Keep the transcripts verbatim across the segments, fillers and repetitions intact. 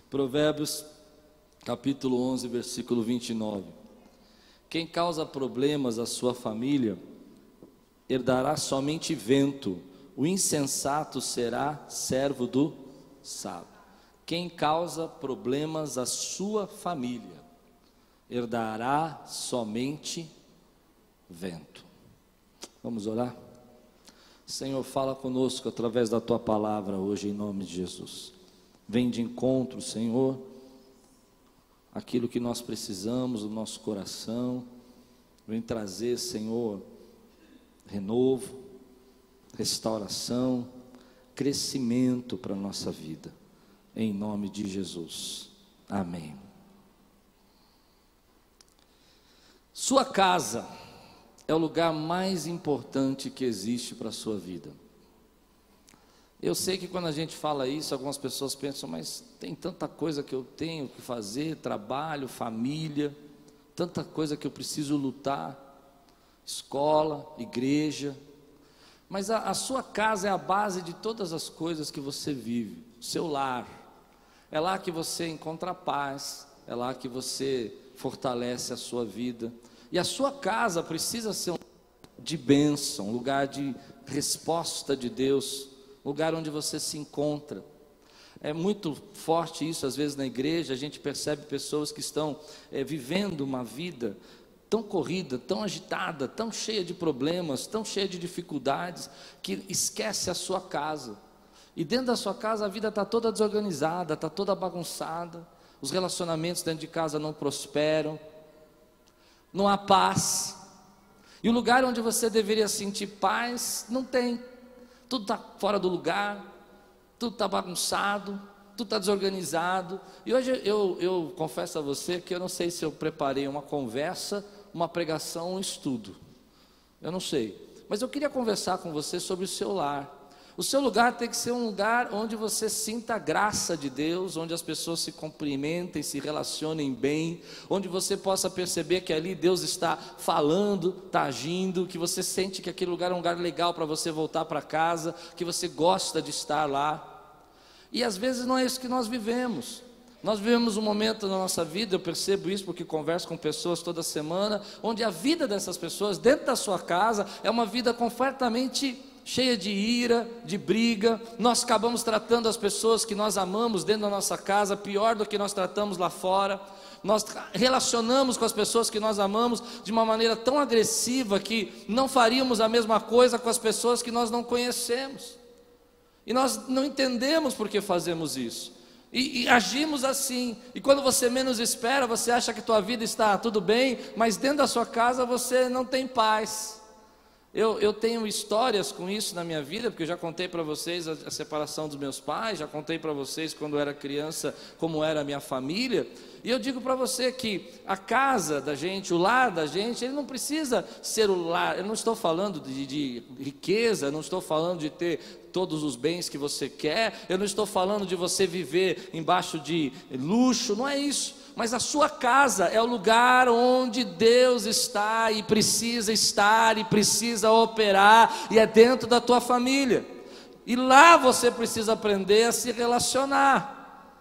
Provérbios, capítulo onze, versículo vinte e nove. Quem causa problemas à sua família, herdará somente vento. O insensato será servo do sábio. Quem causa problemas à sua família, herdará somente vento. Vamos orar? Senhor, fala conosco através da Tua palavra hoje, em nome de Jesus. Vem de encontro, Senhor, aquilo que nós precisamos do nosso coração. Vem trazer, Senhor, renovo, restauração, crescimento para a nossa vida, em nome de Jesus, amém. Sua casa é o lugar mais importante que existe para a sua vida. Eu sei que quando a gente fala isso, algumas pessoas pensam, mas tem tanta coisa que eu tenho que fazer, trabalho, família, tanta coisa que eu preciso lutar, escola, igreja. Mas a, a sua casa é a base de todas as coisas que você vive, seu lar. É lá que você encontra paz, é lá que você fortalece a sua vida. E a sua casa precisa ser um lugar de bênção, um lugar de resposta de Deus, um lugar onde você se encontra. É muito forte isso, às vezes na igreja, a gente percebe pessoas que estão é, vivendo uma vida tão corrida, tão agitada, tão cheia de problemas, tão cheia de dificuldades, que esquece a sua casa. E dentro da sua casa a vida está toda desorganizada, está toda bagunçada, os relacionamentos dentro de casa não prosperam, não há paz, e o lugar onde você deveria sentir paz, não tem, tudo está fora do lugar, tudo está bagunçado, tudo está desorganizado. E hoje eu, eu confesso a você que eu não sei se eu preparei uma conversa, uma pregação, um estudo, eu não sei, mas eu queria conversar com você sobre o seu lar. O seu lugar tem que ser um lugar onde você sinta a graça de Deus, onde as pessoas se cumprimentem, se relacionem bem, onde você possa perceber que ali Deus está falando, está agindo, que você sente que aquele lugar é um lugar legal para você voltar para casa, que você gosta de estar lá. E às vezes não é isso que nós vivemos. Nós vivemos um momento na nossa vida, eu percebo isso porque converso com pessoas toda semana, onde a vida dessas pessoas dentro da sua casa é uma vida completamente cheia de ira, de briga. Nós acabamos tratando as pessoas que nós amamos dentro da nossa casa pior do que nós tratamos lá fora. Nós relacionamos com as pessoas que nós amamos de uma maneira tão agressiva que não faríamos a mesma coisa com as pessoas que nós não conhecemos. E nós não entendemos por que fazemos isso. E, e agimos assim. E quando você menos espera, você acha que a tua vida está tudo bem, mas dentro da sua casa você não tem paz. Eu, eu tenho histórias com isso na minha vida, porque eu já contei para vocês a, a separação dos meus pais, já contei para vocês quando eu era criança, como era a minha família, e eu digo para você que a casa da gente, o lar da gente, ele não precisa ser o lar. Eu não estou falando de, de riqueza, não estou falando de ter todos os bens que você quer, eu não estou falando de você viver embaixo de luxo, não é isso. Mas a sua casa é o lugar onde Deus está e precisa estar e precisa operar, e é dentro da tua família, e lá você precisa aprender a se relacionar.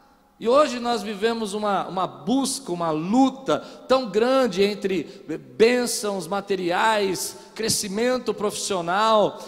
E hoje nós vivemos uma, uma busca, uma luta tão grande entre bênçãos materiais, crescimento profissional,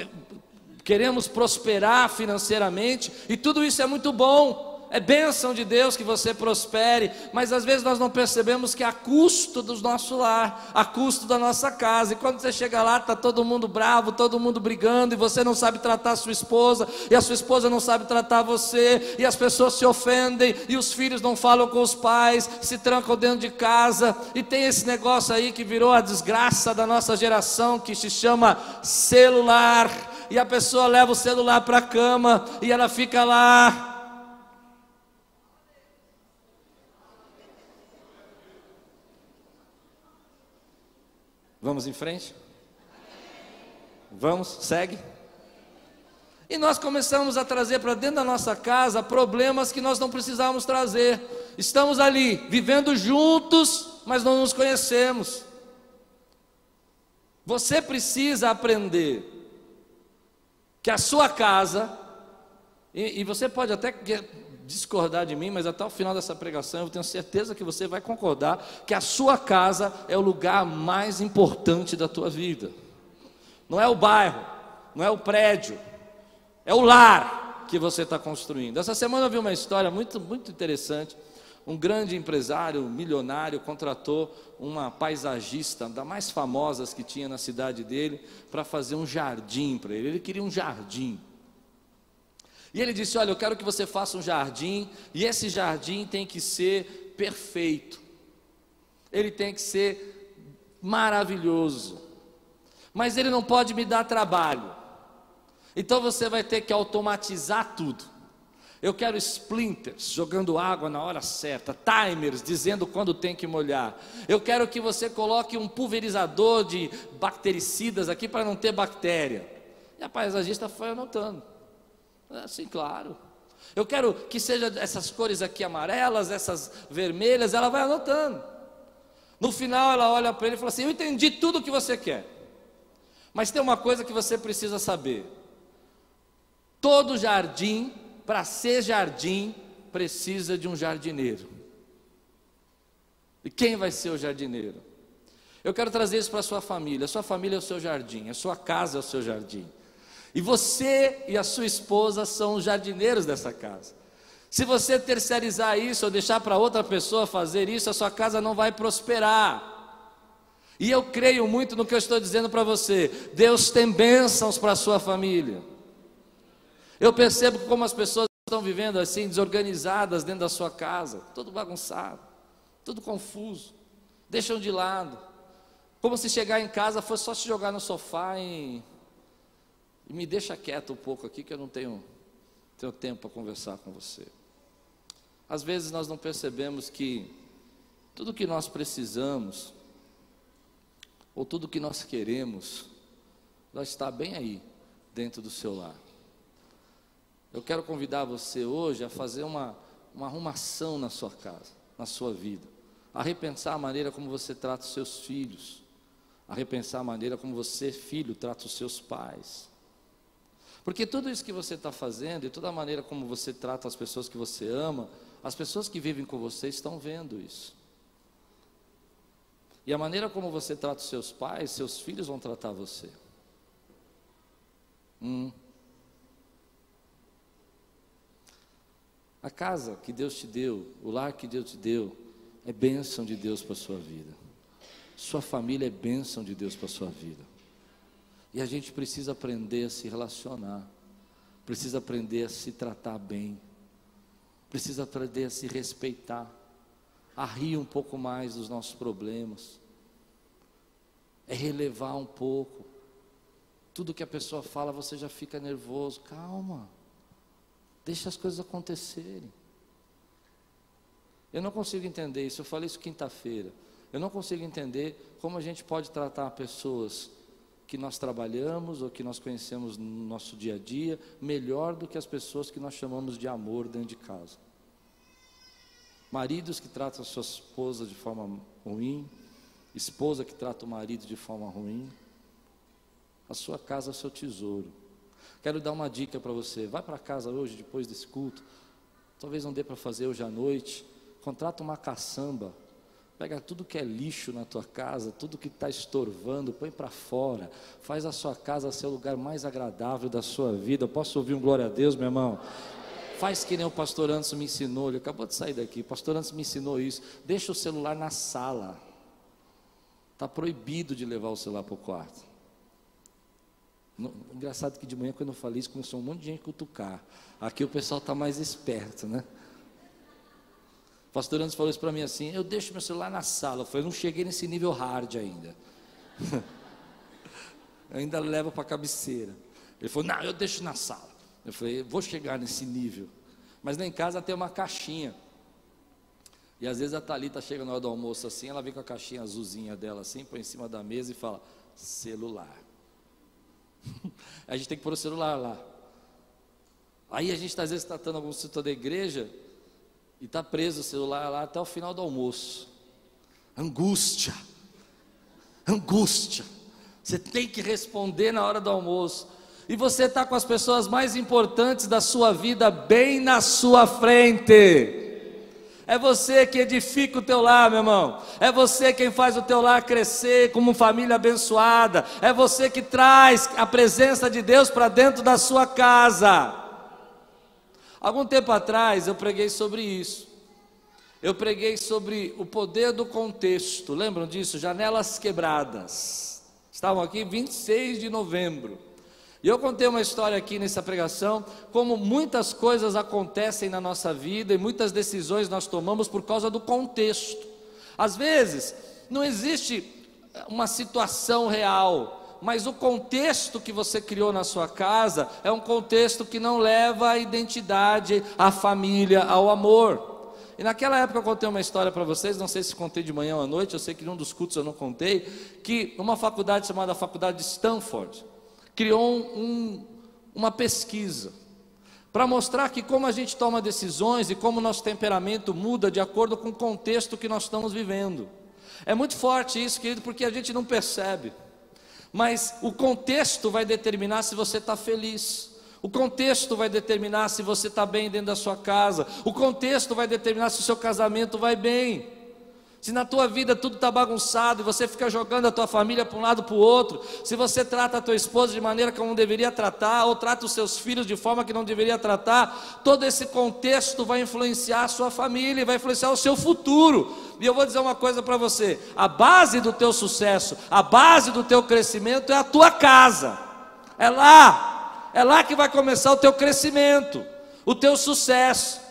queremos prosperar financeiramente, e tudo isso é muito bom. É bênção de Deus que você prospere, mas às vezes nós não percebemos que é a custo do nosso lar, a custo da nossa casa. E quando você chega lá, está todo mundo bravo, todo mundo brigando, e você não sabe tratar a sua esposa, e a sua esposa não sabe tratar você, e as pessoas se ofendem, e os filhos não falam com os pais, se trancam dentro de casa, e tem esse negócio aí que virou a desgraça da nossa geração, que se chama celular, e a pessoa leva o celular para a cama, e ela fica lá. Vamos em frente? Vamos, segue. E nós começamos a trazer para dentro da nossa casa problemas que nós não precisávamos trazer. Estamos ali, vivendo juntos, mas não nos conhecemos. Você precisa aprender que a sua casa, e, e você pode até discordar de mim, mas até o final dessa pregação eu tenho certeza que você vai concordar que a sua casa é o lugar mais importante da tua vida. Não é o bairro, não é o prédio, é o lar que você está construindo. Essa semana eu vi uma história muito, muito interessante. Um grande empresário, milionário, contratou uma paisagista, das mais famosas que tinha na cidade dele, para fazer um jardim para ele. Ele queria um jardim. E ele disse: olha, eu quero que você faça um jardim, e esse jardim tem que ser perfeito. Ele tem que ser maravilhoso. Mas ele não pode me dar trabalho. Então você vai ter que automatizar tudo. Eu quero splinters jogando água na hora certa, timers dizendo quando tem que molhar. Eu quero que você coloque um pulverizador de bactericidas aqui para não ter bactéria. E a paisagista foi anotando. Assim, claro. Eu quero que seja essas cores aqui amarelas, essas vermelhas, ela vai anotando. No final ela olha para ele e fala assim: eu entendi tudo o que você quer. Mas tem uma coisa que você precisa saber. Todo jardim, para ser jardim, precisa de um jardineiro. E quem vai ser o jardineiro? Eu quero trazer isso para a sua família. A sua família é o seu jardim, a sua casa é o seu jardim. E você e a sua esposa são os jardineiros dessa casa. Se você terceirizar isso ou deixar para outra pessoa fazer isso, a sua casa não vai prosperar. E eu creio muito no que eu estou dizendo para você. Deus tem bênçãos para a sua família. Eu percebo como as pessoas estão vivendo assim, desorganizadas dentro da sua casa, tudo bagunçado, tudo confuso, deixam de lado, como se chegar em casa fosse só se jogar no sofá e, e me deixa quieto um pouco aqui que eu não tenho, tenho tempo para conversar com você. Às vezes nós não percebemos que tudo que nós precisamos, ou tudo que nós queremos, já está bem aí, dentro do seu lar. Eu quero convidar você hoje a fazer uma, uma arrumação na sua casa, na sua vida, a repensar a maneira como você trata os seus filhos, a repensar a maneira como você, filho, trata os seus pais. Porque tudo isso que você está fazendo e toda a maneira como você trata as pessoas que você ama, as pessoas que vivem com você estão vendo isso. E a maneira como você trata os seus pais, seus filhos vão tratar você. Hum. A casa que Deus te deu, o lar que Deus te deu, é bênção de Deus para a sua vida. Sua família é bênção de Deus para a sua vida. E a gente precisa aprender a se relacionar, precisa aprender a se tratar bem, precisa aprender a se respeitar, a rir um pouco mais dos nossos problemas, é relevar um pouco. Tudo que a pessoa fala você já fica nervoso. Calma. Deixa as coisas acontecerem. Eu não consigo entender isso, eu falei isso quinta-feira. Eu não consigo entender como a gente pode tratar pessoas que nós trabalhamos ou que nós conhecemos no nosso dia a dia melhor do que as pessoas que nós chamamos de amor dentro de casa. Maridos que tratam a sua esposa de forma ruim, esposa que trata o marido de forma ruim. A sua casa é o seu tesouro. Quero dar uma dica para você. Vai para casa hoje, depois desse culto. Talvez não dê para fazer hoje à noite. Contrata uma caçamba. Pega tudo que é lixo na tua casa, tudo que está estorvando, põe para fora. Faz a sua casa ser o lugar mais agradável da sua vida. Eu posso ouvir um glória a Deus, meu irmão? Faz que nem o pastor Anderson me ensinou. Ele acabou de sair daqui. O pastor Anderson me ensinou isso. Deixa o celular na sala. Está proibido de levar o celular para o quarto. Engraçado que de manhã, quando eu falei isso, começou um monte de gente a cutucar. Aqui o pessoal está mais esperto, né? O pastor Anderson falou isso para mim assim: eu deixo meu celular na sala. Eu falei: não cheguei nesse nível hard ainda. Eu ainda levo para a cabeceira. Ele falou: não, eu deixo na sala. Eu falei: vou chegar nesse nível. Mas lá em casa tem uma caixinha. E às vezes a Thalita chega na hora do almoço assim, ela vem com a caixinha azulzinha dela assim, põe em cima da mesa e fala: celular. A gente tem que pôr o celular lá. Aí a gente está às vezes tratando algum setor da igreja e está preso o celular lá até o final do almoço. Angústia, angústia. Você tem que responder na hora do almoço. E você está com as pessoas mais importantes da sua vida bem na sua frente. É você que edifica o teu lar, meu irmão. É você quem faz o teu lar crescer como família abençoada. É você que traz a presença de Deus para dentro da sua casa. Algum tempo atrás eu preguei sobre isso. Eu preguei sobre o poder do contexto. Lembram disso? Janelas quebradas. Estavam aqui vinte e seis de novembro. E eu contei uma história aqui nessa pregação, como muitas coisas acontecem na nossa vida e muitas decisões nós tomamos por causa do contexto. Às vezes, não existe uma situação real, mas o contexto que você criou na sua casa é um contexto que não leva à identidade, à família, ao amor. E naquela época eu contei uma história para vocês, não sei se contei de manhã ou à noite, eu sei que em um dos cultos eu não contei, que uma faculdade chamada Faculdade de Stanford criou um, uma pesquisa para mostrar que como a gente toma decisões e como nosso temperamento muda de acordo com o contexto que nós estamos vivendo. É muito forte isso, querido, porque a gente não percebe, mas o contexto vai determinar se você está feliz. O contexto vai determinar se você está bem dentro da sua casa. O contexto vai determinar se o seu casamento vai bem. Se na tua vida tudo está bagunçado e você fica jogando a tua família para um lado para o outro, se você trata a tua esposa de maneira que não deveria tratar, ou trata os seus filhos de forma que não deveria tratar, todo esse contexto vai influenciar a sua família, vai influenciar o seu futuro. E eu vou dizer uma coisa para você: a base do teu sucesso, a base do teu crescimento é a tua casa. É lá, é lá que vai começar o teu crescimento, o teu sucesso.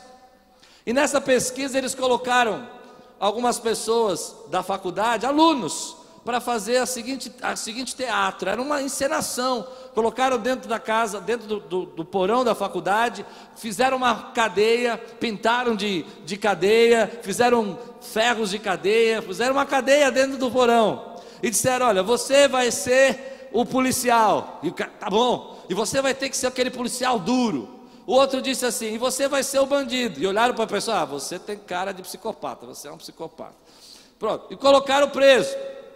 E nessa pesquisa eles colocaram algumas pessoas da faculdade, alunos, para fazer a seguinte, a seguinte teatro. Era uma encenação. Colocaram dentro da casa, dentro do, do, do porão da faculdade, fizeram uma cadeia, pintaram de, de cadeia, fizeram ferros de cadeia, fizeram uma cadeia dentro do porão, e disseram: olha, você vai ser o policial. E o cara: tá bom, e você vai ter que ser aquele policial duro. O outro disse assim: e você vai ser o bandido. E olharam para a pessoa: ah, você tem cara de psicopata, você é um psicopata. Pronto, e colocaram preso.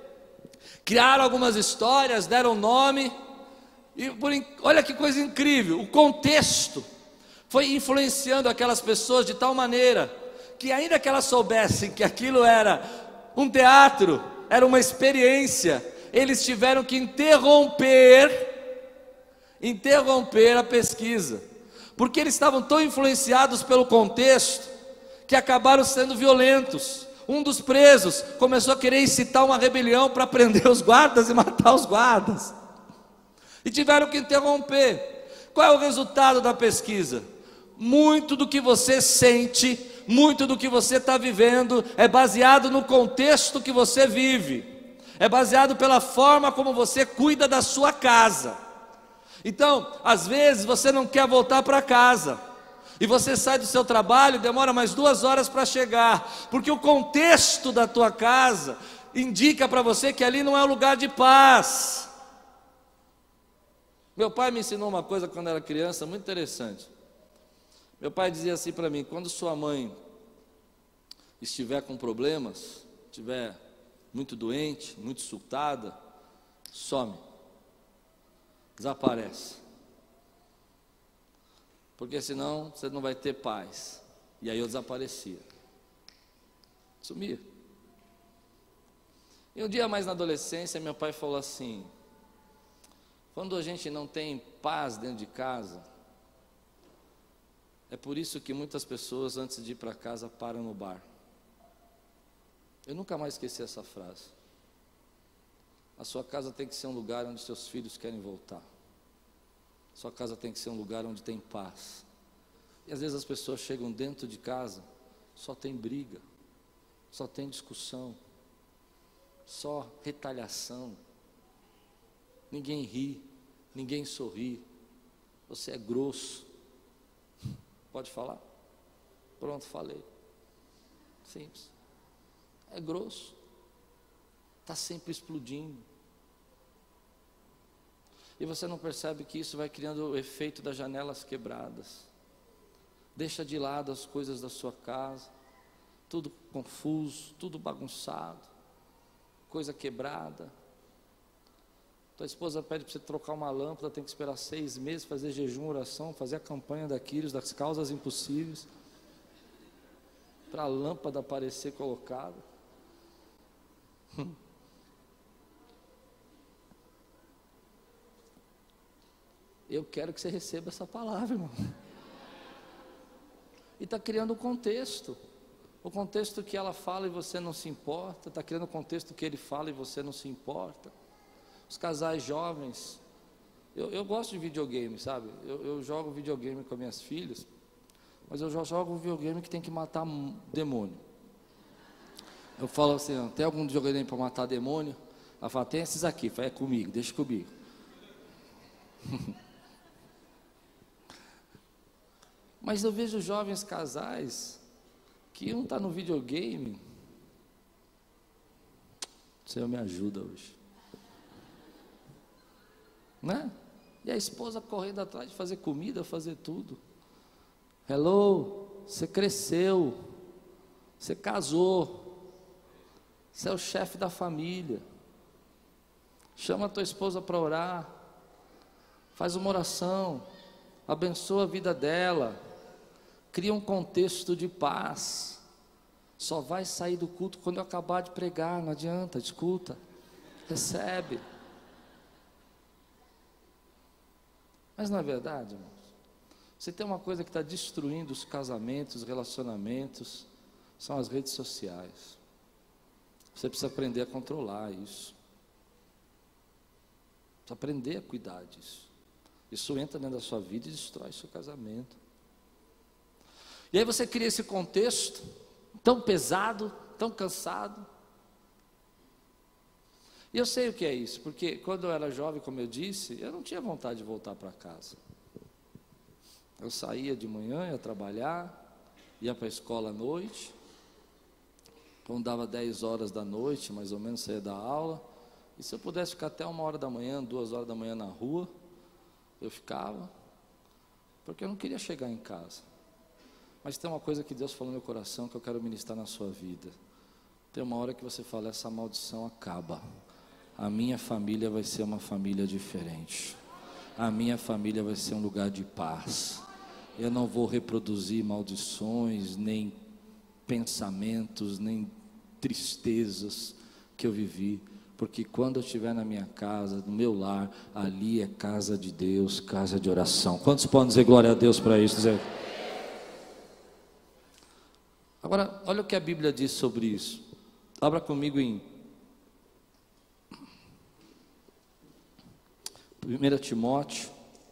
Criaram algumas histórias, deram nome. E por, olha que coisa incrível, o contexto foi influenciando aquelas pessoas de tal maneira que, ainda que elas soubessem que aquilo era um teatro, era uma experiência, eles tiveram que interromper, interromper a pesquisa. Porque eles estavam tão influenciados pelo contexto que acabaram sendo violentos. Um dos presos começou a querer incitar uma rebelião para prender os guardas e matar os guardas. E tiveram que interromper. Qual é o resultado da pesquisa? Muito do que você sente, muito do que você está vivendo é baseado no contexto que você vive. É baseado pela forma como você cuida da sua casa. Então, às vezes você não quer voltar para casa, e você sai do seu trabalho e demora mais duas horas para chegar, porque o contexto da tua casa indica para você que ali não é um lugar de paz. Meu pai me ensinou uma coisa quando era criança, muito interessante. Meu pai dizia assim para mim: quando sua mãe estiver com problemas, estiver muito doente, muito surtada, some. Desaparece, porque senão você não vai ter paz. E aí eu desaparecia, sumia. E um dia mais na adolescência, meu pai falou assim: quando a gente não tem paz dentro de casa, é por isso que muitas pessoas, antes de ir para casa, param no bar. Eu nunca mais esqueci essa frase. A sua casa tem que ser um lugar onde seus filhos querem voltar. Sua casa tem que ser um lugar onde tem paz. E às vezes as pessoas chegam dentro de casa, só tem briga, só tem discussão, só retaliação. Ninguém ri, ninguém sorri. Você é grosso. Pode falar? Pronto, falei. Simples. É grosso. Está sempre explodindo. E você não percebe que isso vai criando o efeito das janelas quebradas. Deixa de lado as coisas da sua casa, tudo confuso, tudo bagunçado, coisa quebrada. Tua esposa pede para você trocar uma lâmpada, tem que esperar seis meses, fazer jejum, oração, fazer a campanha da Quírios, das causas impossíveis, para a lâmpada aparecer colocada. Eu quero que você receba essa palavra, irmão. E está criando um contexto. O contexto que ela fala e você não se importa. Está criando o contexto que ele fala e você não se importa. Os casais jovens. Eu, eu gosto de videogame, sabe? Eu, eu jogo videogame com minhas filhas. Mas eu já jogo um videogame que tem que matar demônio. Eu falo assim, ó, tem algum videogame para matar demônio? Ela fala, tem esses aqui. Fala, é comigo, deixa comigo. Mas eu vejo jovens casais que um está no videogame. O Senhor me ajuda hoje. Né? E a esposa correndo atrás de fazer comida, fazer tudo. Hello, você cresceu, você casou, você é o chefe da família. Chama a tua esposa para orar, faz uma oração, abençoa a vida dela, cria um contexto de paz. Só vai sair do culto quando eu acabar de pregar, não adianta, escuta, recebe. Mas não é verdade, irmãos? Se tem uma coisa que está destruindo os casamentos, os relacionamentos, são as redes sociais. Você precisa aprender a controlar isso. Precisa aprender a cuidar disso. Isso entra dentro da sua vida e destrói seu casamento. E aí você cria esse contexto tão pesado, tão cansado. E eu sei o que é isso, porque quando eu era jovem, como eu disse, eu não tinha vontade de voltar para casa. Eu saía de manhã, ia trabalhar, ia para a escola à noite. Quando dava dez horas da noite, mais ou menos, saía da aula. E se eu pudesse ficar até uma hora da manhã, duas horas da manhã na rua, eu ficava, porque eu não queria chegar em casa. Mas tem uma coisa que Deus falou no meu coração que eu quero ministrar na sua vida. Tem uma hora que você fala, essa maldição acaba. A minha família vai ser uma família diferente. A minha família vai ser um lugar de paz. Eu não vou reproduzir maldições, nem pensamentos, nem tristezas que eu vivi. Porque quando eu estiver na minha casa, no meu lar, ali é casa de Deus, casa de oração. Quantos podem dizer glória a Deus para isso? Dizer... Agora, olha o que a Bíblia diz sobre isso. Abra comigo em primeiro Timóteo,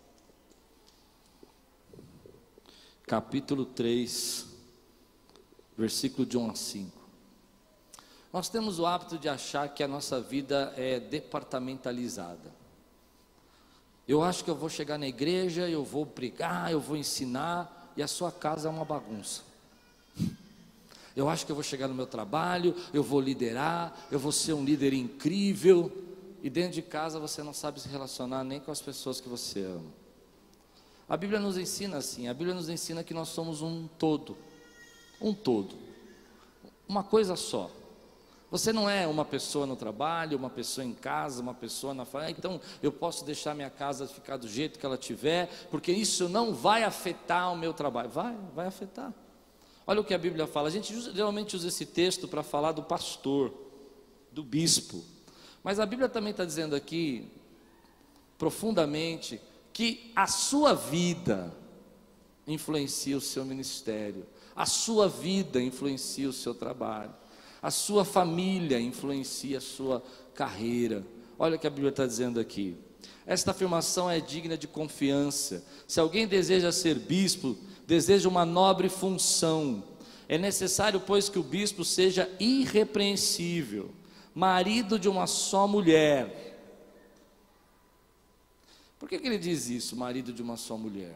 capítulo três, versículo de um a cinco. Nós temos o hábito de achar que a nossa vida é departamentalizada. Eu acho que eu vou chegar na igreja, eu vou pregar, eu vou ensinar, e a sua casa é uma bagunça. Eu acho que eu vou chegar no meu trabalho, eu vou liderar, eu vou ser um líder incrível, e dentro de casa você não sabe se relacionar nem com as pessoas que você ama. A Bíblia nos ensina assim, a Bíblia nos ensina que nós somos um todo, um todo, uma coisa só. Você não é uma pessoa no trabalho, uma pessoa em casa, uma pessoa na família. Então eu posso deixar minha casa ficar do jeito que ela tiver, porque isso não vai afetar o meu trabalho. Vai, vai afetar. Olha o que a Bíblia fala. A gente geralmente usa esse texto para falar do pastor, do bispo. Mas a Bíblia também está dizendo aqui, profundamente, que a sua vida influencia o seu ministério, a sua vida influencia o seu trabalho, a sua família influencia a sua carreira. Olha o que a Bíblia está dizendo aqui. Esta afirmação é digna de confiança. Se alguém deseja ser bispo, deseja uma nobre função. É necessário, pois, que o bispo seja irrepreensível, marido de uma só mulher. Por que que ele diz isso, marido de uma só mulher?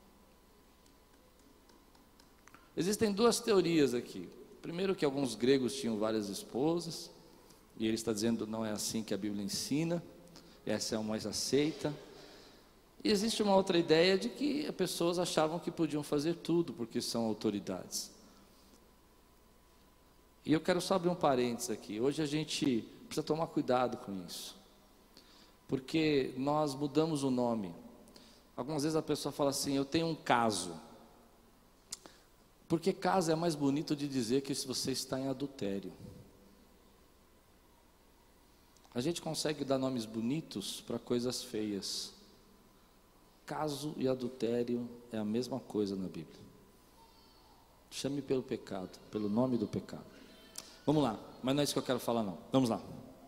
Existem duas teorias aqui. Primeiro, que alguns gregos tinham várias esposas, e ele está dizendo não é assim que a Bíblia ensina, essa é a mais aceita. E existe uma outra ideia de que as pessoas achavam que podiam fazer tudo, porque são autoridades. E eu quero só abrir um parênteses aqui. Hoje a gente precisa tomar cuidado com isso. porque nós mudamos o nome. Algumas vezes a pessoa fala assim: eu tenho um caso. Porque caso é mais bonito de dizer que se você está em adultério. A gente consegue dar nomes bonitos para coisas feias. Caso e adultério é a mesma coisa na Bíblia. Chame pelo pecado, pelo nome do pecado. Vamos lá, mas não é isso que eu quero falar não. Vamos lá.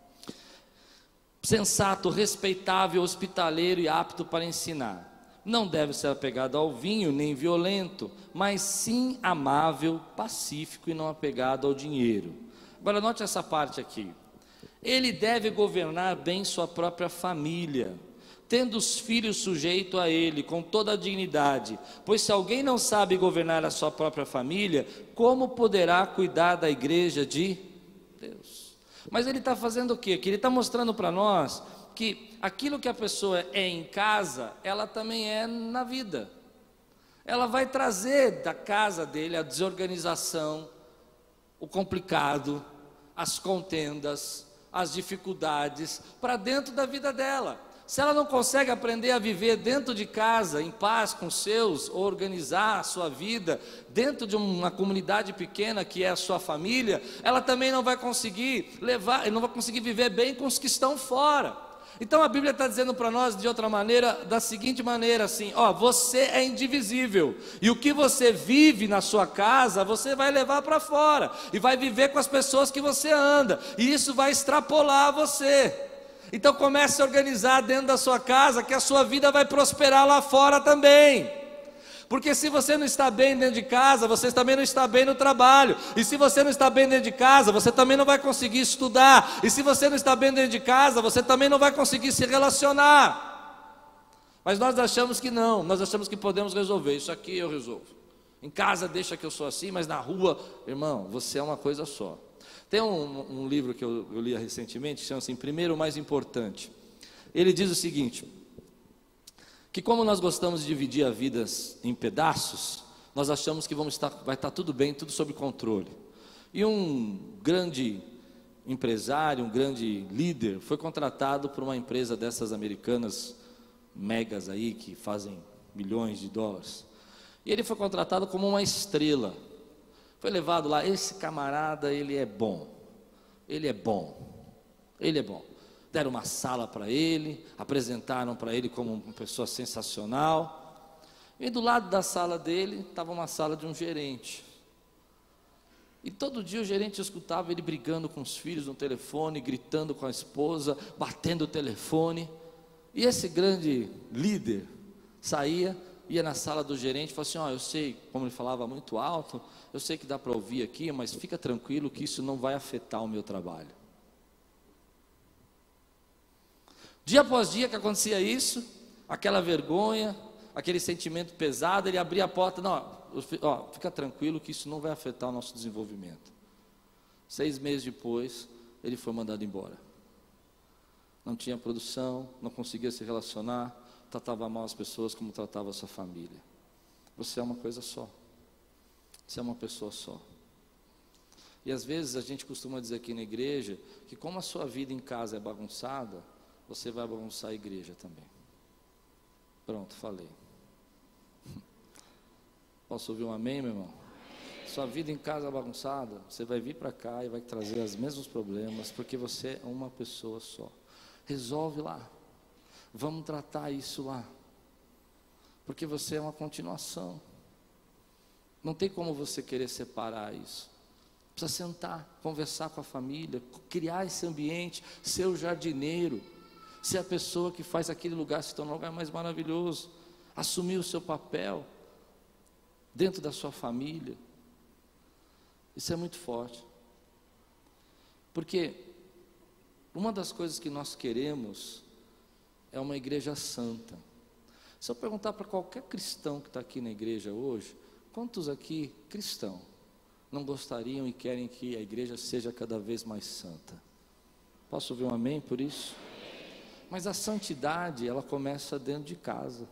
Sensato, respeitável, hospitaleiro e apto para ensinar. Não deve ser apegado ao vinho, nem violento, mas sim amável, pacífico e não apegado ao dinheiro. Agora note essa parte aqui. Ele deve governar bem sua própria família, tendo os filhos sujeitos a ele, com toda a dignidade. Pois se alguém não sabe governar a sua própria família, como poderá cuidar da igreja de Deus? Mas ele está fazendo o quê? Aqui ele está mostrando para nós que aquilo que a pessoa é em casa, ela também é na vida. Ela vai trazer da casa dele a desorganização, o complicado, as contendas, as dificuldades, para dentro da vida dela. Se ela não consegue aprender a viver dentro de casa, em paz com os seus, ou organizar a sua vida dentro de uma comunidade pequena que é a sua família, ela também não vai conseguir levar, não vai conseguir viver bem com os que estão fora. Então a Bíblia está dizendo para nós de outra maneira, da seguinte maneira assim: ó, você é indivisível, e o que você vive na sua casa, você vai levar para fora, e vai viver com as pessoas que você anda, e isso vai extrapolar você. Então comece a organizar dentro da sua casa, que a sua vida vai prosperar lá fora também. Porque se você não está bem dentro de casa, você também não está bem no trabalho. E se você não está bem dentro de casa, você também não vai conseguir estudar. E se você não está bem dentro de casa, você também não vai conseguir se relacionar. Mas nós achamos que não, nós achamos que podemos resolver. Isso aqui eu resolvo. Em casa deixa que eu sou assim, mas na rua, irmão, você é uma coisa só. Tem um, um livro que eu, eu li recentemente, que chama assim, Primeiro o Mais Importante. Ele diz o seguinte: que como nós gostamos de dividir a vida em pedaços, nós achamos que vamos estar, vai estar tudo bem, tudo sob controle. E um grande empresário, um grande líder, foi contratado por uma empresa dessas americanas, megas aí, que fazem milhões de dólares. E ele foi contratado como uma estrela. Foi levado lá, esse camarada, ele é bom, ele é bom, ele é bom. Deram uma sala para ele, apresentaram para ele como uma pessoa sensacional. E do lado da sala dele, estava uma sala de um gerente. E todo dia o gerente escutava ele brigando com os filhos no telefone, gritando com a esposa, batendo o telefone. E esse grande líder saía, ia na sala do gerente e falava assim: ó, eu sei, como ele falava muito alto, eu sei que dá para ouvir aqui, mas fica tranquilo que isso não vai afetar o meu trabalho. Dia após dia que acontecia isso, aquela vergonha, aquele sentimento pesado, ele abria a porta: não, ó, fica tranquilo que isso não vai afetar o nosso desenvolvimento. Seis meses depois, ele foi mandado embora. Não tinha produção, não conseguia se relacionar, tratava mal as pessoas como tratava a sua família. Você é uma coisa só, você é uma pessoa só. E às vezes a gente costuma dizer aqui na igreja, que como a sua vida em casa é bagunçada, você vai bagunçar a igreja também. Pronto, falei. Posso ouvir um amém, meu irmão? Sua vida em casa é bagunçada, você vai vir para cá e vai trazer os mesmos problemas, porque você é uma pessoa só. Resolve lá. Vamos tratar isso lá. Porque você é uma continuação. Não tem como você querer separar isso. Precisa sentar, conversar com a família, criar esse ambiente, ser o jardineiro, ser a pessoa que faz aquele lugar se tornar um lugar mais maravilhoso, assumir o seu papel dentro da sua família. Isso é muito forte. Porque uma das coisas que nós queremos é uma igreja santa. Se eu perguntar para qualquer cristão que está aqui na igreja hoje, quantos aqui, cristão, não gostariam e querem que a igreja seja cada vez mais santa? Posso ouvir um amém por isso? Mas a santidade, ela começa dentro de casa.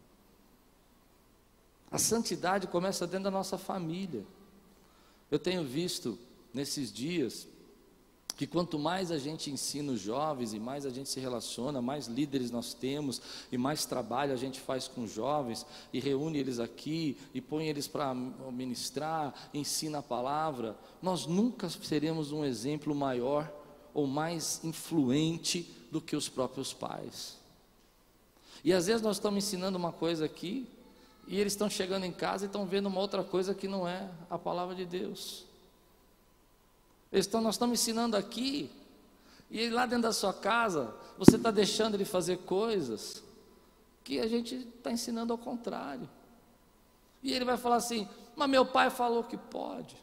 A santidade começa dentro da nossa família. Eu tenho visto nesses dias que quanto mais a gente ensina os jovens e mais a gente se relaciona, mais líderes nós temos e mais trabalho a gente faz com os jovens e reúne eles aqui e põe eles para ministrar, ensina a palavra, nós nunca seremos um exemplo maior ou mais influente do que os próprios pais. E às vezes nós estamos ensinando uma coisa aqui e eles estão chegando em casa e estão vendo uma outra coisa que não é a palavra de Deus. Então, nós estamos ensinando aqui, e lá dentro da sua casa, você está deixando ele fazer coisas que a gente está ensinando ao contrário. E ele vai falar assim: mas meu pai falou que pode.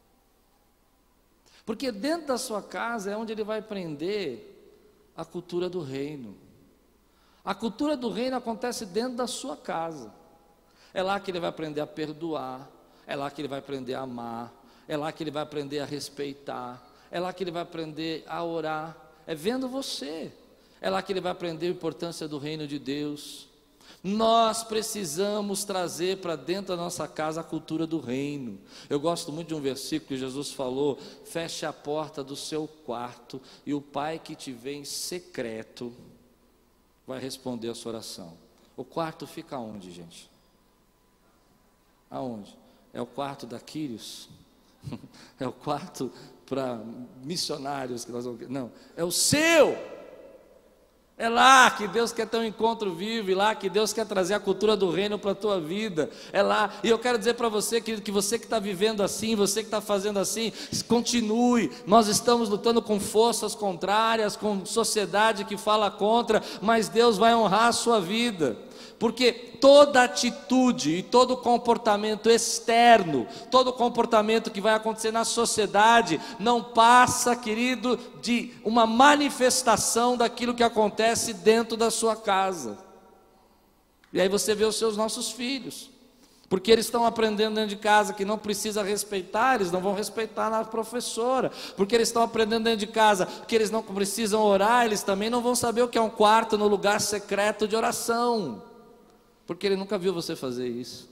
Porque dentro da sua casa é onde ele vai aprender a cultura do reino. A cultura do reino acontece dentro da sua casa. É lá que ele vai aprender a perdoar, é lá que ele vai aprender a amar, é lá que ele vai aprender a respeitar, é lá que ele vai aprender a orar, é vendo você, é lá que ele vai aprender a importância do reino de Deus. Nós precisamos trazer para dentro da nossa casa a cultura do reino. Eu gosto muito de um versículo que Jesus falou: feche a porta do seu quarto e o pai que te vê em secreto vai responder a sua oração. O quarto fica onde, gente? Aonde? É o quarto da Quírios? É o quarto para missionários que nós vamos... Não, é o seu. É lá que Deus quer ter um encontro vivo, e lá que Deus quer trazer a cultura do reino para a tua vida. É lá, e eu quero dizer para você, querido, que você que está vivendo assim, você que está fazendo assim, continue. Nós estamos lutando com forças contrárias, com sociedade que fala contra, mas Deus vai honrar a sua vida. Porque toda atitude e todo comportamento externo, todo comportamento que vai acontecer na sociedade, não passa, querido, de uma manifestação daquilo que acontece dentro da sua casa. E aí você vê os seus nossos filhos, porque eles estão aprendendo dentro de casa que não precisa respeitar, eles não vão respeitar a professora. Porque eles estão aprendendo dentro de casa que eles não precisam orar, eles também não vão saber o que é um quarto no lugar secreto de oração. Porque ele nunca viu você fazer isso.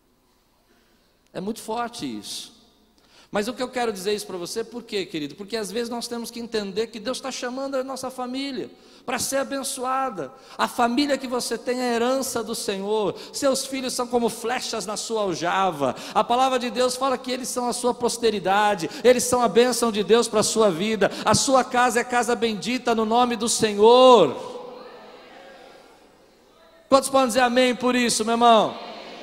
É muito forte isso. Mas o que eu quero dizer isso para você, por quê, querido? Porque às vezes nós temos que entender que Deus está chamando a nossa família para ser abençoada. A família que você tem é a herança do Senhor. Seus filhos são como flechas na sua aljava. A palavra de Deus fala que eles são a sua posteridade, eles são a bênção de Deus para a sua vida. A sua casa é casa bendita no nome do Senhor. Quantos podem dizer amém por isso, meu irmão?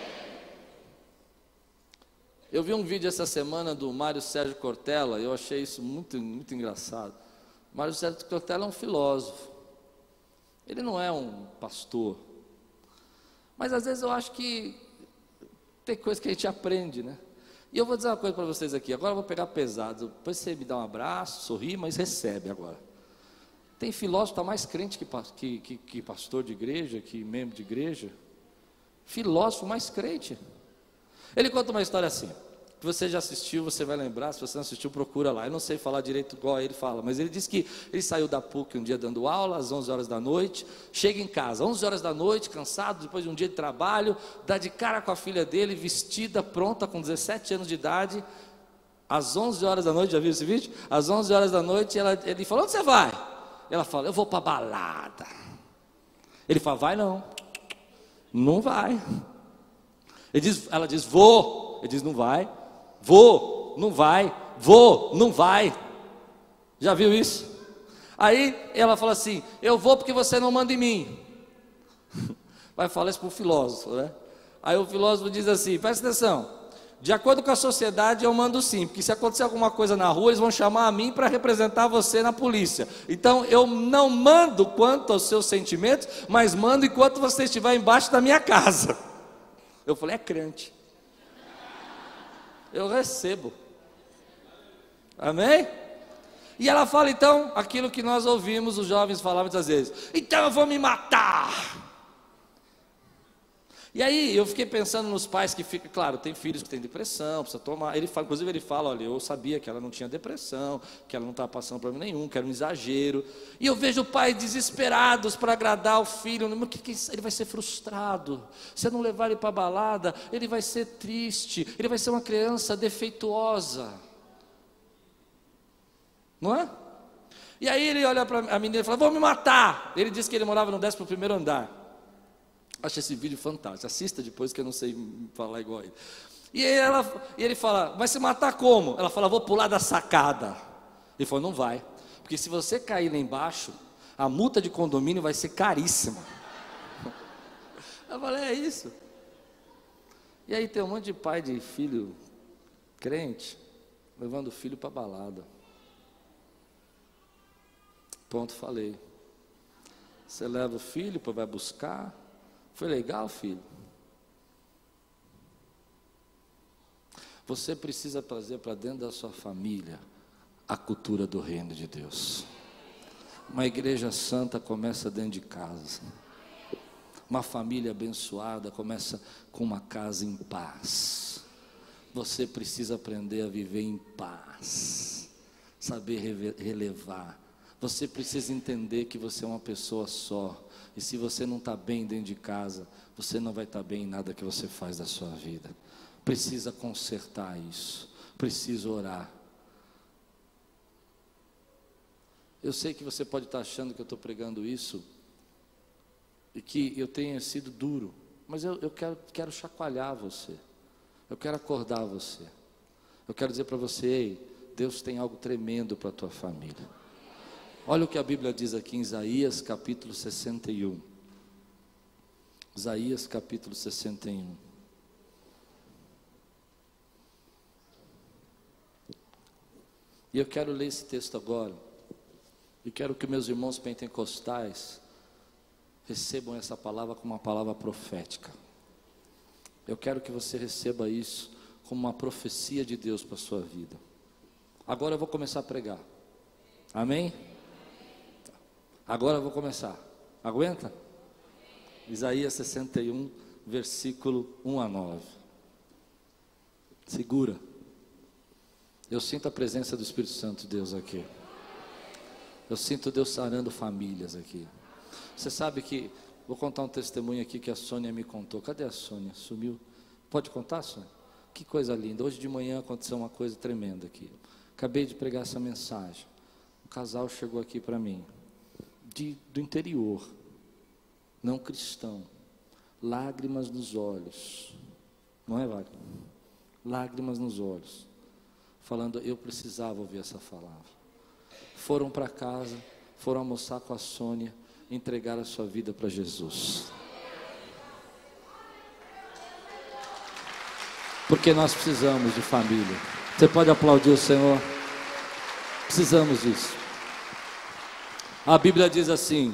Eu vi um vídeo essa semana do Mário Sérgio Cortella, e eu achei isso muito, muito engraçado. Mário Sérgio Cortella é um filósofo. Ele não é um pastor. Mas às vezes eu acho que tem coisa que a gente aprende, né? E eu vou dizer uma coisa para vocês aqui, agora eu vou pegar pesado. Depois você me dá um abraço, sorri, mas recebe agora. Tem filósofo que está mais crente que, que, que, que pastor de igreja, que membro de igreja. Filósofo mais crente. Ele conta uma história assim, que você já assistiu, você vai lembrar. Se você não assistiu, procura lá. Eu não sei falar direito igual ele fala, mas ele disse que ele saiu da P U C um dia dando aula, às onze horas da noite, chega em casa, onze horas da noite, cansado, depois de um dia de trabalho, dá de cara com a filha dele, vestida, pronta, com dezessete anos de idade, às onze horas da noite. Já viu esse vídeo? Às onze horas da noite, ela, ele falou: onde você vai? Ela fala: eu vou para a balada. Ele fala: vai não. Não vai. Ele diz, ela diz: vou. Ele diz: não vai. Vou, não vai. Vou, não vai. Já viu isso? Aí ela fala assim: eu vou porque você não manda em mim. Vai falar isso para o filósofo, né? Aí o filósofo diz assim: presta atenção, de acordo com a sociedade eu mando sim, porque se acontecer alguma coisa na rua, eles vão chamar a mim para representar você na polícia. Então eu não mando quanto aos seus sentimentos, mas mando enquanto você estiver embaixo da minha casa. Eu falei: é crente. Eu recebo. Amém? E ela fala então aquilo que nós ouvimos os jovens falar muitas vezes: então eu vou me matar. E aí eu fiquei pensando nos pais que ficam, claro, tem filhos que têm depressão, precisa tomar. Ele fala, inclusive ele fala: olha, eu sabia que ela não tinha depressão, que ela não estava passando problema nenhum, que era um exagero. E eu vejo pais desesperados para agradar o filho. Mas que, que ele vai ser frustrado. Se eu não levar ele para a balada, ele vai ser triste, ele vai ser uma criança defeituosa. Não é? E aí ele olha para a menina e fala: vou me matar. Ele disse que ele morava no décimo primeiro andar. Acho esse vídeo fantástico, assista depois que eu não sei falar igual a ele. E, ela, e ele fala: vai se matar como? Ela fala: vou pular da sacada. Ele falou: não vai, porque se você cair lá embaixo, a multa de condomínio vai ser caríssima. Eu falei: é isso. E aí tem um monte de pai de filho crente, levando o filho para balada. Ponto, falei. Você leva o filho, vai buscar. Foi legal, filho? Você precisa trazer para dentro da sua família a cultura do reino de Deus. Uma igreja santa começa dentro de casa. Uma família abençoada começa com uma casa em paz. Você precisa aprender a viver em paz, saber relevar. Você precisa entender que você é uma pessoa só. E se você não está bem dentro de casa, você não vai estar bem em nada que você faz da sua vida. Precisa consertar isso. Precisa orar. Eu sei que você pode estar achando que eu estou pregando isso e que eu tenha sido duro, mas eu, eu quero, quero chacoalhar você. Eu quero acordar você. Eu quero dizer para você: ei, Deus tem algo tremendo para a tua família. Olha o que a Bíblia diz aqui em Isaías capítulo sessenta e um. Isaías capítulo sessenta e um. E eu quero ler esse texto agora. E quero que meus irmãos pentecostais recebam essa palavra como uma palavra profética. Eu quero que você receba isso como uma profecia de Deus para a sua vida. Agora eu vou começar a pregar. Amém? Agora eu vou começar. Aguenta? Isaías sessenta e um, versículo um a nove. Segura. Eu sinto a presença do Espírito Santo de Deus aqui. Eu sinto Deus sarando famílias aqui. Você sabe que, vou contar um testemunho aqui que a Sônia me contou. Cadê a Sônia? Sumiu? Pode contar, Sônia? Que coisa linda. Hoje de manhã aconteceu uma coisa tremenda aqui. Acabei de pregar essa mensagem. Um casal chegou aqui para mim. De, do interior, não cristão, lágrimas nos olhos, não é, Wagner? Lágrimas nos olhos, falando: eu precisava ouvir essa palavra. Foram para casa, foram almoçar com a Sônia, entregaram a sua vida para Jesus. Porque nós precisamos de família. Você pode aplaudir o Senhor? Precisamos disso. A Bíblia diz assim: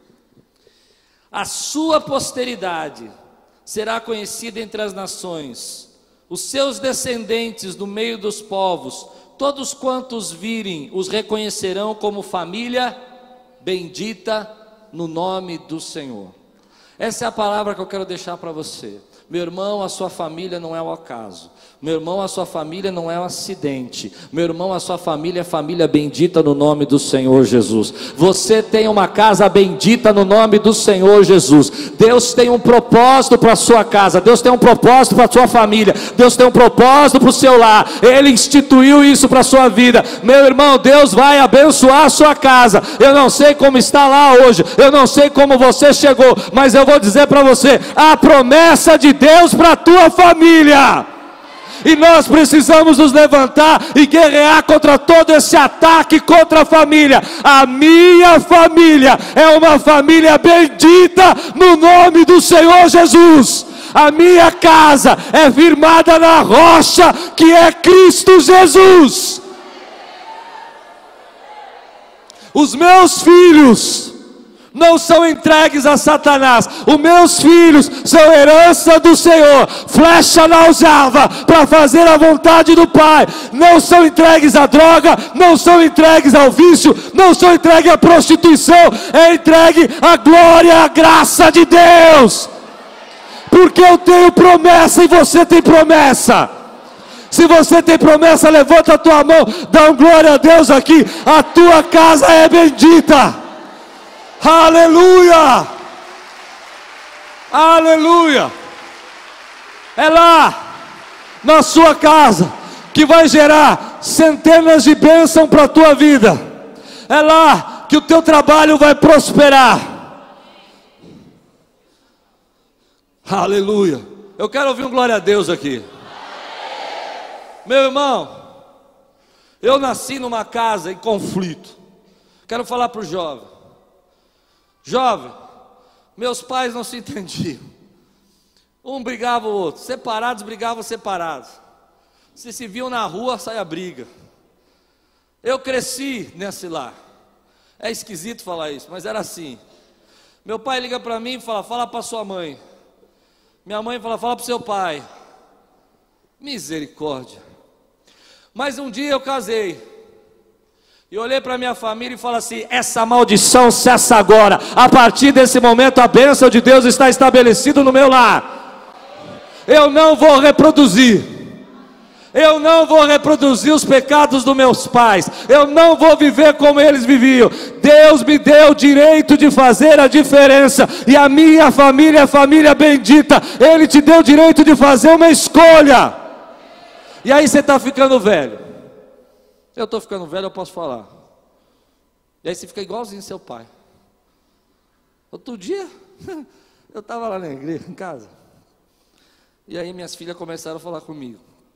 a sua posteridade será conhecida entre as nações, os seus descendentes no meio dos povos, todos quantos virem os reconhecerão como família bendita no nome do Senhor. Essa é a palavra que eu quero deixar para você. Meu irmão, a sua família não é um acaso. Meu irmão, a sua família não é um acidente. Meu irmão, a sua família é família bendita no nome do Senhor Jesus. Você tem uma casa bendita no nome do Senhor Jesus. Deus tem um propósito para a sua casa. Deus tem um propósito para a sua família. Deus tem um propósito para o seu lar. Ele instituiu isso para a sua vida. Meu irmão, Deus vai abençoar a sua casa. Eu não sei como está lá hoje. Eu não sei como você chegou. Mas eu vou dizer para você: a promessa de Deus para a tua família. E nós precisamos nos levantar e guerrear contra todo esse ataque contra a família. A minha família é uma família bendita no nome do Senhor Jesus. A minha casa é firmada na rocha que é Cristo Jesus. Os meus filhos não são entregues a Satanás. Os meus filhos são herança do Senhor, flecha na aljava para fazer a vontade do Pai. Não são entregues à droga, não são entregues ao vício, não são entregues à prostituição. É entregue a glória, a graça de Deus. Porque eu tenho promessa e você tem promessa. Se você tem promessa, levanta a tua mão, dá um glória a Deus aqui. A tua casa é bendita. Aleluia, aleluia. É lá, na sua casa, que vai gerar centenas de bênçãos para a tua vida. É lá que o teu trabalho vai prosperar. Aleluia. Eu quero ouvir um glória a Deus aqui. Meu irmão, eu nasci numa casa em conflito. Quero falar para o jovem. Jovem, meus pais não se entendiam. Um brigava o outro, separados brigavam separados. Se se viam na rua, saia briga. Eu cresci nesse lar. É esquisito falar isso, mas era assim. Meu pai liga para mim e fala, fala para sua mãe. Minha mãe fala, fala para o seu pai. Misericórdia. Mas um dia eu casei. E olhei para minha família e falei assim, essa maldição cessa agora. A partir desse momento a bênção de Deus está estabelecida no meu lar. Eu não vou reproduzir. Eu não vou reproduzir os pecados dos meus pais. Eu não vou viver como eles viviam. Deus me deu o direito de fazer a diferença. E a minha família é família bendita. Ele te deu o direito de fazer uma escolha. E aí você está ficando velho. Eu estou ficando velho, eu posso falar. E aí você fica igualzinho seu pai. Outro dia, eu estava lá na igreja, em casa. E aí minhas filhas começaram a falar comigo.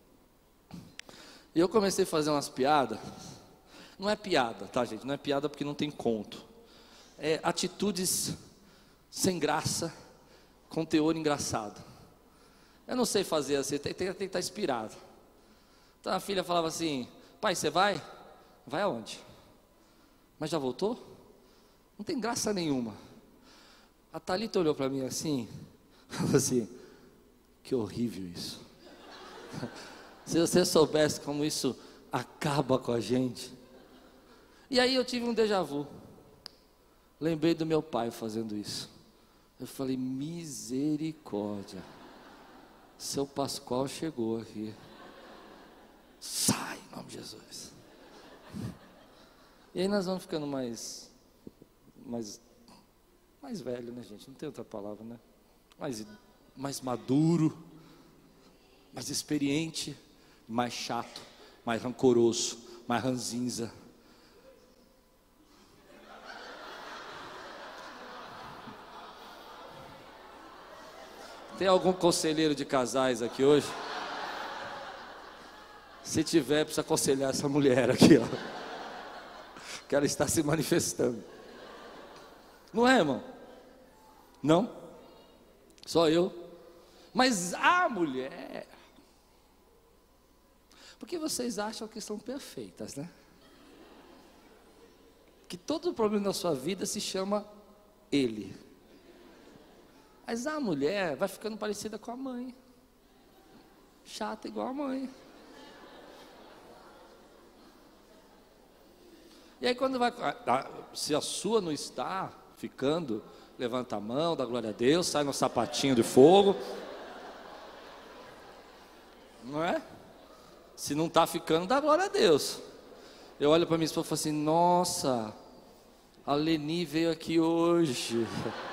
E eu comecei a fazer umas piadas. Não é piada, tá, gente? Não é piada porque não tem conto. É atitudes sem graça, com teor engraçado. Eu não sei fazer assim, tem, tem, tem que estar inspirado. Então a filha falava assim, pai, você vai? Vai aonde? Mas já voltou? Não tem graça nenhuma. A Thalita olhou para mim assim, falou assim, que horrível isso. Se você soubesse como isso acaba com a gente. E aí eu tive um déjà vu. Lembrei do meu pai fazendo isso. Eu falei, misericórdia. Seu Pascoal chegou aqui. Sai, em nome de Jesus. E aí nós vamos ficando mais, mais, mais velho, né, gente? Não tem outra palavra, né? Mais, mais maduro, mais experiente, mais chato, mais rancoroso, mais ranzinza. Tem algum conselheiro de casais aqui hoje? Se tiver, precisa aconselhar essa mulher aqui, ó. Que ela está se manifestando. Não é, irmão? Não? Só eu? Mas a mulher... Porque vocês acham que são perfeitas, né? Que todo problema da sua vida se chama ele. Mas a mulher vai ficando parecida com a mãe. Chata igual a mãe. E aí quando vai... Se a sua não está ficando, levanta a mão, dá glória a Deus, sai no sapatinho de fogo. Não é? Se não está ficando, dá glória a Deus. Eu olho para minha esposa e falo assim, nossa, a Leni veio aqui hoje.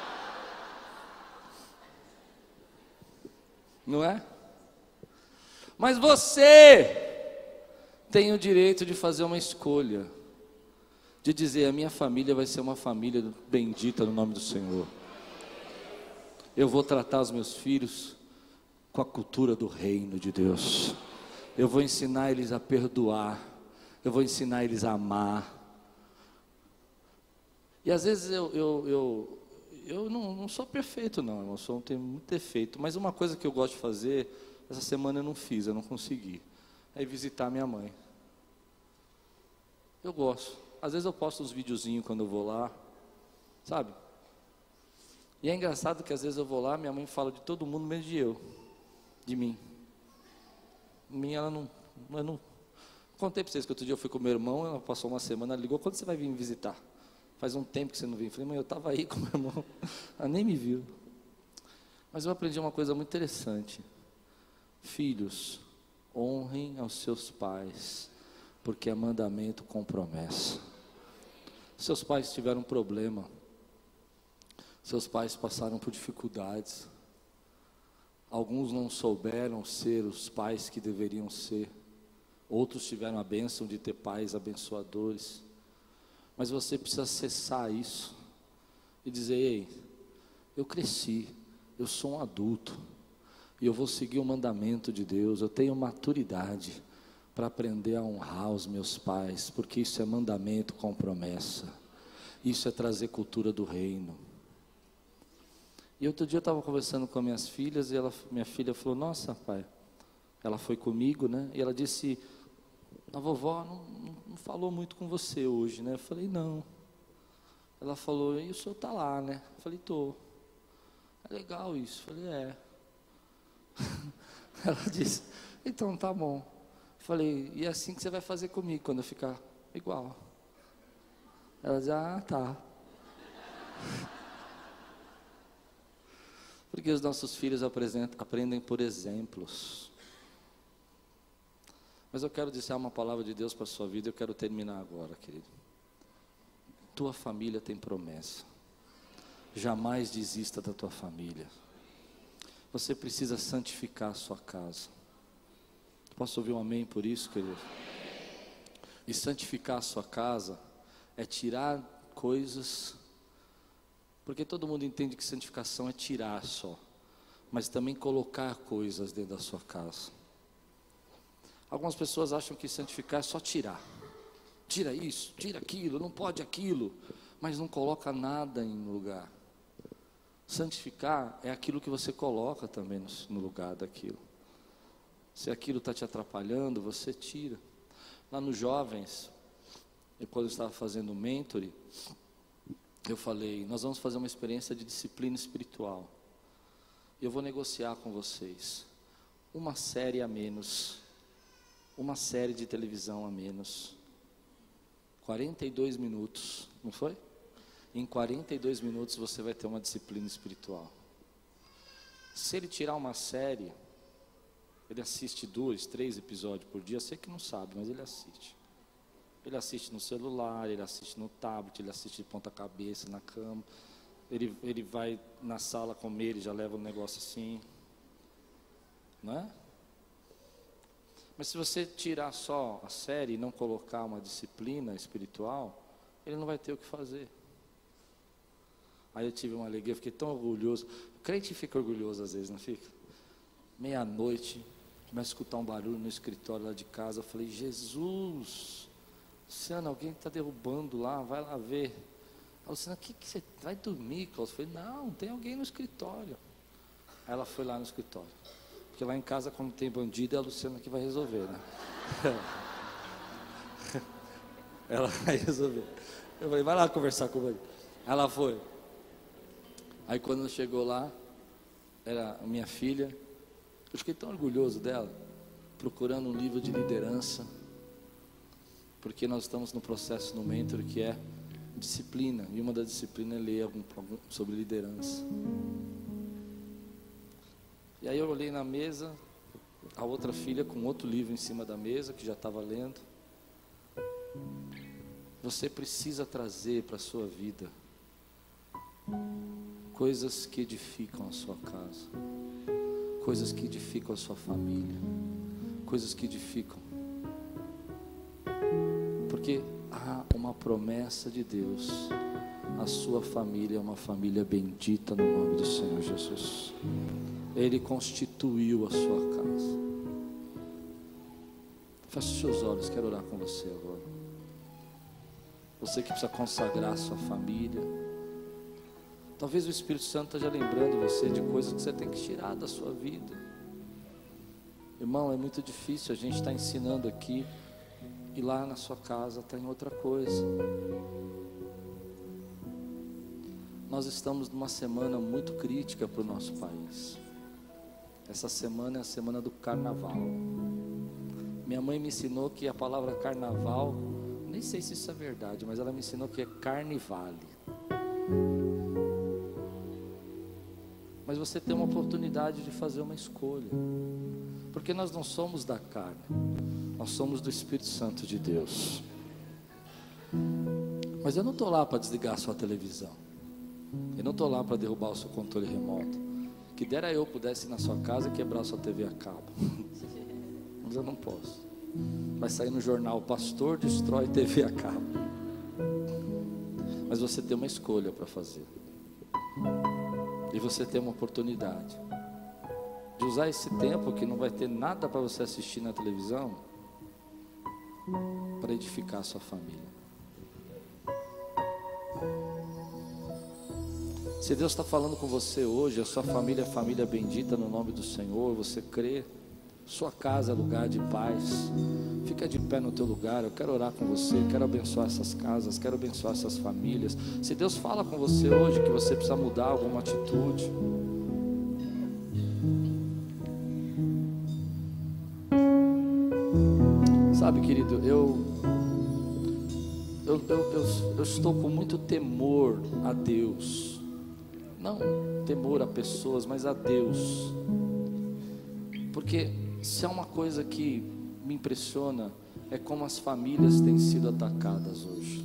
Não é? Mas você tem o direito de fazer uma escolha. De dizer, a minha família vai ser uma família bendita no nome do Senhor. Eu vou tratar os meus filhos com a cultura do reino de Deus. Eu vou ensinar eles a perdoar. Eu vou ensinar eles a amar. E às vezes eu, eu, eu, eu não, não sou perfeito não, eu sou, tenho muito defeito. Mas uma coisa que eu gosto de fazer, essa semana eu não fiz, eu não consegui. É visitar minha mãe. Eu gosto. Às vezes eu posto uns videozinhos quando eu vou lá, sabe? E é engraçado que às vezes eu vou lá, minha mãe fala de todo mundo, menos de eu, de mim. Minha, ela não, eu não... Contei para vocês que outro dia eu fui com meu irmão, ela passou uma semana, ela ligou, quando você vai vir me visitar? Faz um tempo que você não vem. Eu falei, mãe, eu estava aí com meu irmão, ela nem me viu. Mas eu aprendi uma coisa muito interessante. Filhos, honrem aos seus pais, porque é mandamento com promessa. Seus pais tiveram um problema, seus pais passaram por dificuldades, alguns não souberam ser os pais que deveriam ser, outros tiveram a bênção de ter pais abençoadores, Mas você precisa acessar isso e dizer: ei, eu cresci, eu sou um adulto, e eu vou seguir o mandamento de Deus, eu tenho maturidade para aprender a honrar os meus pais, porque isso é mandamento com promessa, isso é trazer cultura do reino. E outro dia eu estava conversando com as minhas filhas, e ela, minha filha falou: nossa, pai, ela foi comigo, né, e ela disse: a vovó não, não, não falou muito com você hoje, né? Eu falei: não. Ela falou: e o senhor está lá, né? Eu falei: tô. É legal isso. Eu falei: é. Ela disse: então tá bom. Eu falei: e é assim que você vai fazer comigo quando eu ficar igual? Ela disse: ah, tá. Porque os nossos filhos aprendem por exemplos. Mas eu quero dizer uma palavra de Deus para a sua vida. Eu quero terminar agora, querido. Tua família tem promessa. Jamais desista da tua família. Você precisa santificar a sua casa. Posso ouvir um amém por isso, querido? E santificar a sua casa é tirar coisas, porque todo mundo entende que santificação é tirar só, mas também colocar coisas dentro da sua casa. Algumas pessoas acham que santificar é só tirar. Tira isso, tira aquilo, não pode aquilo, mas não coloca nada em lugar. Santificar é aquilo que você coloca também no, no lugar daquilo. Se aquilo está te atrapalhando, você tira. Lá nos jovens, eu, quando eu estava fazendo o mentoring, eu falei: nós vamos fazer uma experiência de disciplina espiritual. Eu vou negociar com vocês uma série a menos, uma série de televisão a menos, quarenta e dois minutos, não foi? Em quarenta e dois minutos você vai ter uma disciplina espiritual. Se ele tirar uma série, ele assiste dois, três episódios por dia. Eu sei que não sabe, mas ele assiste. Ele assiste no celular, ele assiste no tablet, ele assiste de ponta cabeça, na cama. Ele, ele vai na sala comer, ele já leva um negócio assim, não é? Mas se você tirar só a série e não colocar uma disciplina espiritual, ele não vai ter o que fazer. Aí eu tive uma alegria, fiquei tão orgulhoso. O crente fica orgulhoso às vezes, não fica? Meia-noite, começo a escutar um barulho no escritório lá de casa. Eu falei: Jesus, Luciana, alguém está derrubando lá, vai lá ver. A Luciana: que que você vai dormir, Cláudio? Eu falei: não, tem alguém no escritório. Aí ela foi lá no escritório, porque lá em casa, como tem bandido, é a Luciana que vai resolver, né? Ela vai resolver. Eu falei: vai lá conversar com ele. Ela foi. Aí quando chegou lá, era a minha filha. Eu fiquei tão orgulhoso dela, procurando um livro de liderança, porque nós estamos no processo no Mentor que é disciplina, e uma das disciplinas é ler algum, algum, sobre liderança. E aí eu olhei na mesa, a outra filha com outro livro em cima da mesa, que já estava lendo. Você precisa trazer para a sua vida coisas que edificam a sua casa, coisas que edificam a sua família, coisas que edificam, porque há uma promessa de Deus. A sua família é uma família bendita no nome do Senhor Jesus. Ele constituiu a sua casa. Feche seus olhos, quero orar com você agora. Você que precisa consagrar a sua família. Talvez o Espírito Santo esteja lembrando você de coisas que você tem que tirar da sua vida. Irmão, é muito difícil, a gente está ensinando aqui, e lá na sua casa está em outra coisa. Nós estamos numa semana muito crítica para o nosso país. Essa semana é a semana do carnaval. Minha mãe me ensinou que a palavra carnaval, nem sei se isso é verdade, mas ela me ensinou que é carnivale. Mas você tem uma oportunidade de fazer uma escolha, porque nós não somos da carne, nós somos do Espírito Santo de Deus. Mas eu não estou lá para desligar a sua televisão, eu não estou lá para derrubar o seu controle remoto. Que dera eu pudesse ir na sua casa e quebrar a sua T V a cabo, mas eu não posso. Vai sair no jornal: pastor destrói T V a cabo. Mas você tem uma escolha para fazer. E você tem uma oportunidade de usar esse tempo que não vai ter nada para você assistir na televisão para edificar a sua família. Se Deus está falando com você hoje, a sua família é família bendita no nome do Senhor, você crê, sua casa é lugar de paz, fica de pé no teu lugar. Eu quero orar com você, quero abençoar essas casas, quero abençoar essas famílias. Se Deus fala com você hoje que você precisa mudar alguma atitude, sabe, querido, eu eu, eu, eu eu estou com muito temor a Deus, não temor a pessoas, mas a Deus, porque se há uma coisa que me impressiona, é como as famílias têm sido atacadas hoje.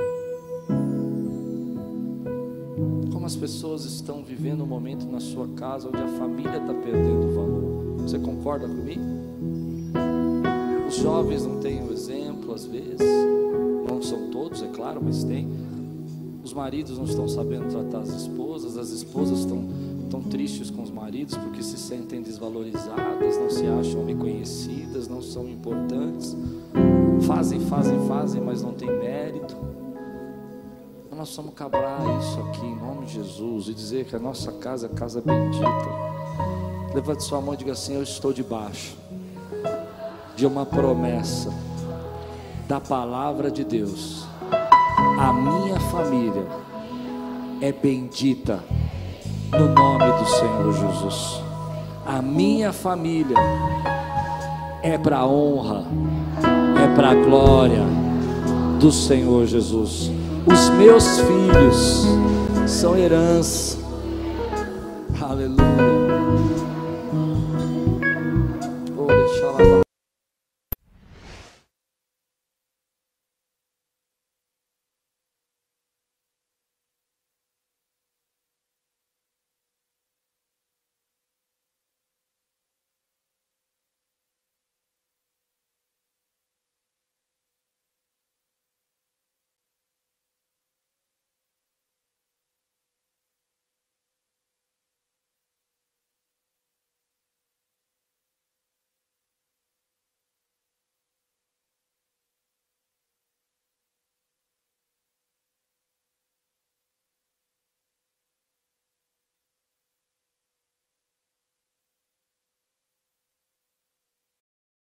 Como as pessoas estão vivendo um momento na sua casa onde a família está perdendo valor. Você concorda comigo? Os jovens não têm o exemplo às vezes, não são todos, é claro, mas tem. Os maridos não estão sabendo tratar as esposas, as esposas estão tão tristes com os maridos porque se sentem desvalorizadas, não se acham reconhecidas, não são importantes, fazem, fazem, fazem, mas não tem mérito. Nós precisamos quebrar isso aqui em nome de Jesus e dizer que a nossa casa é casa bendita. Levante sua mão e diga assim: eu estou debaixo de uma promessa da palavra de Deus. A minha família é bendita no nome do Senhor Jesus. A minha família é para a honra, é para a glória do Senhor Jesus. Os meus filhos são herança. Aleluia. Oh, deixa lá.